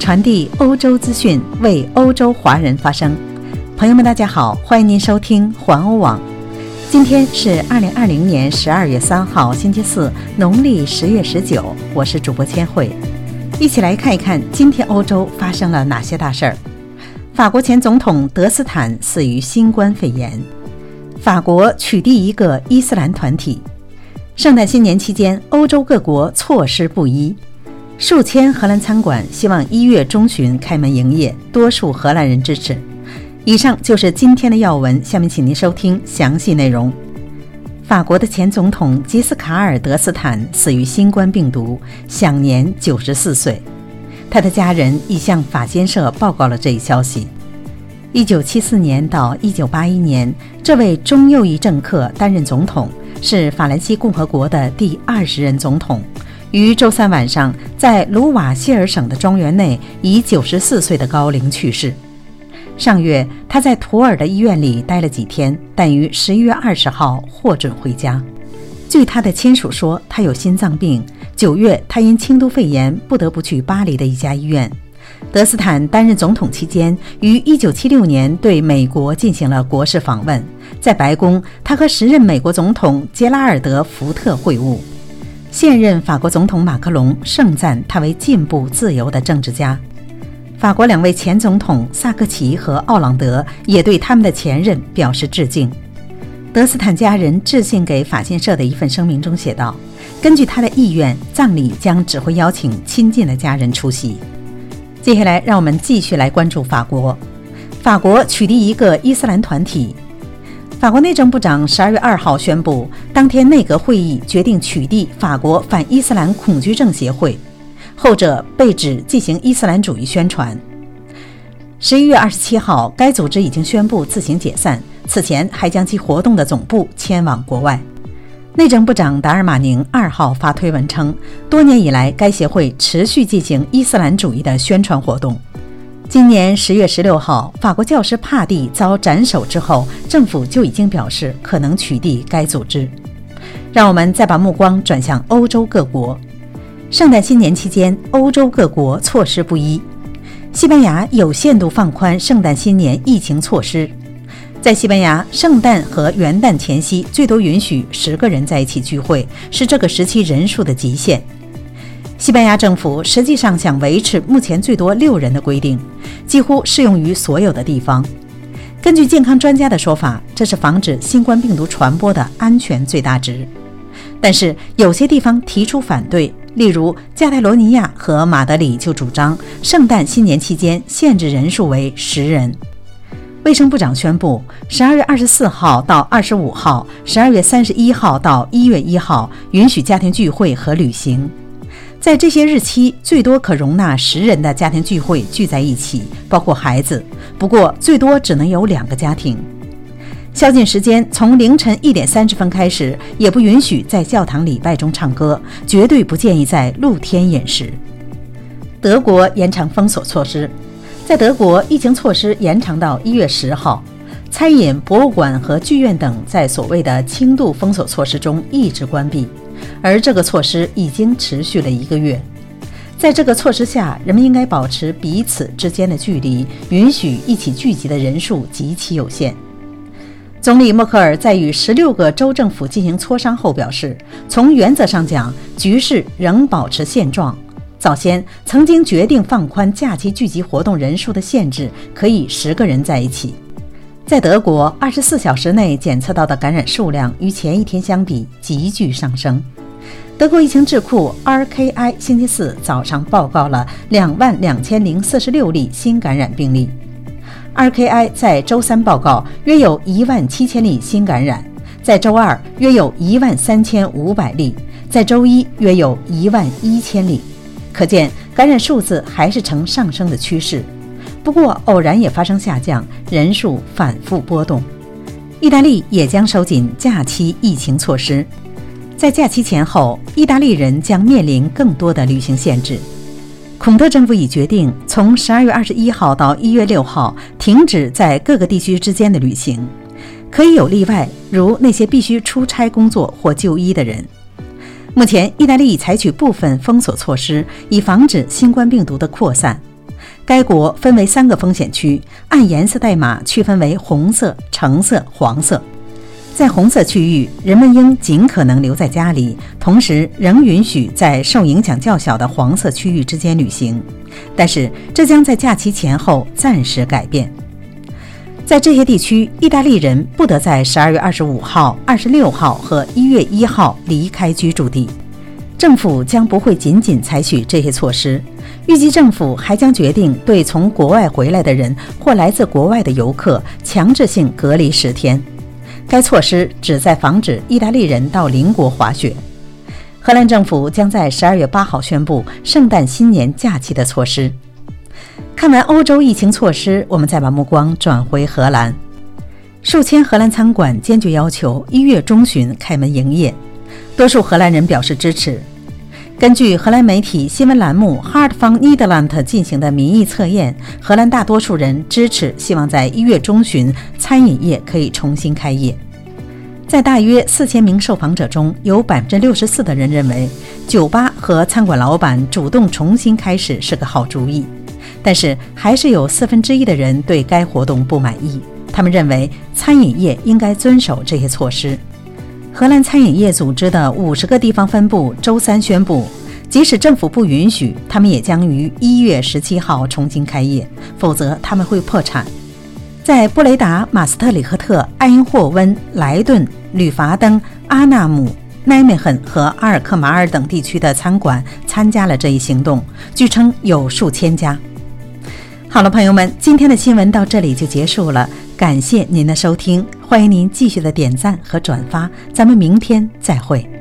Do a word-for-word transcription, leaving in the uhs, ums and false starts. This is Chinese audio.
传递欧洲资讯，为欧洲华人发声。朋友们大家好，欢迎您收听环欧网。今天是二零二零年十二月三号星期四，农历十月十九，我是主播千惠。一起来看一看今天欧洲发生了哪些大事儿。法国前总统德斯坦死于新冠肺炎。法国取缔一个伊斯兰团体。圣诞新年期间，欧洲各国措施不一。数千荷兰餐馆希望一月中旬开门营业，多数荷兰人支持。以上就是今天的要闻，下面请您收听详细内容。法国的前总统吉斯卡尔·德斯坦死于新冠病毒，享年九十四岁。他的家人已向法新社报告了这一消息。一九七四年到一九八一年，这位中右翼政客担任总统，是法兰西共和国的第二十任总统。于周三晚上在卢瓦谢尔省的庄园内以九十四岁的高龄去世。上月他在图尔的医院里待了几天，但于十一月二十号获准回家。据他的亲属说，他有心脏病。九月他因轻度肺炎不得不去巴黎的一家医院。德斯坦担任总统期间，于一九七六年对美国进行了国事访问。在白宫，他和时任美国总统杰拉尔德·福特会晤。现任法国总统马克龙盛赞他为进步自由的政治家。法国两位前总统萨科齐和奥朗德也对他们的前任表示致敬。德斯坦家人致信给法新社的一份声明中写道，根据他的意愿，葬礼将只会邀请亲近的家人出席。接下来让我们继续来关注法国。法国取缔一个伊斯兰团体。法国内政部长十二月二号宣布，当天内阁会议决定取缔法国反伊斯兰恐惧症协会，后者被指进行伊斯兰主义宣传。十一月二十七号，该组织已经宣布自行解散，此前还将其活动的总部迁往国外。内政部长达尔马宁二号发推文称，多年以来该协会持续进行伊斯兰主义的宣传活动。今年十月十六号，法国教师帕蒂遭斩首之后，政府就已经表示可能取缔该组织。让我们再把目光转向欧洲各国。圣诞新年期间，欧洲各国措施不一。西班牙有限度放宽圣诞新年疫情措施。在西班牙，圣诞和元旦前夕最多允许十个人在一起聚会，是这个时期人数的极限。西班牙政府实际上想维持目前最多六人的规定，几乎适用于所有的地方。根据健康专家的说法，这是防止新冠病毒传播的安全最大值。但是有些地方提出反对，例如加泰罗尼亚和马德里就主张圣诞新年期间限制人数为十人。卫生部长宣布，十二月二十四号到二十五号，十二月三十一号到一月一号允许家庭聚会和旅行。在这些日期，最多可容纳十人的家庭聚会聚在一起，包括孩子，不过最多只能有两个家庭。宵禁时间从凌晨一点三十分开始，也不允许在教堂礼拜中唱歌，绝对不建议在露天饮食。德国延长封锁措施。在德国，疫情措施延长到一月十号，餐饮、博物馆和剧院等在所谓的轻度封锁措施中一直关闭，而这个措施已经持续了一个月。在这个措施下，人们应该保持彼此之间的距离，允许一起聚集的人数极其有限。总理默克尔在与十六个州政府进行磋商后表示，从原则上讲，局势仍保持现状。早先曾经决定放宽假期聚集活动人数的限制，可以十个人在一起。在德国，二十四小时内检测到的感染数量与前一天相比急剧上升。德国疫情智库 R K I 星期四早上报告了两万两千零四十六例新感染病例。R K I 在周三报告约有一万七千例新感染，在周二约有一万三千五百例，在周一约有一万一千例。可见感染数字还是呈上升的趋势，不过偶然也发生下降，人数反复波动。意大利也将收紧假期疫情措施。在假期前后，意大利人将面临更多的旅行限制。孔特政府已决定从十二月二十一号到一月六号停止在各个地区之间的旅行，可以有例外，如那些必须出差工作或就医的人。目前，意大利已采取部分封锁措施，以防止新冠病毒的扩散。 该国分为三个风险区，按颜色代码区分为红色、橙色、黄色。在红色区域，人们应尽可能留在家里，同时仍允许在受影响较小的黄色区域之间旅行，但是这将在假期前后暂时改变。在这些地区，意大利人不得在十二月二十五号、二十六号和一月一号离开居住地。政府将不会仅仅采取这些措施，预计政府还将决定对从国外回来的人或来自国外的游客强制性隔离十天。该措施旨在防止意大利人到邻国滑雪。荷兰政府将在十二月八号宣布圣诞新年假期的措施。看完欧洲疫情措施，我们再把目光转回荷兰。数千荷兰餐馆坚决要求一月中旬开门营业，多数荷兰人表示支持。根据荷兰媒体新闻栏目 Hart van Nederland 进行的民意测验，荷兰大多数人支持，希望在一月中旬餐饮业可以重新开业。在大约四千名受访者中，有 百分之六十四 的人认为酒吧和餐馆老板主动重新开始是个好主意，但是还是有四分之一的人对该活动不满意，他们认为餐饮业应该遵守这些措施。荷兰餐饮业组织的五十个地方分部周三宣布，即使政府不允许，他们也将于一月十七号重新开业，否则他们会破产。在布雷达、马斯特里赫特、埃因霍温、莱顿、吕伐登、阿纳姆、奈梅恨和阿尔克马尔等地区的餐馆参加了这一行动，据称有数千家。好了，朋友们，今天的新闻到这里就结束了，感谢您的收听，欢迎您继续的点赞和转发，咱们明天再会。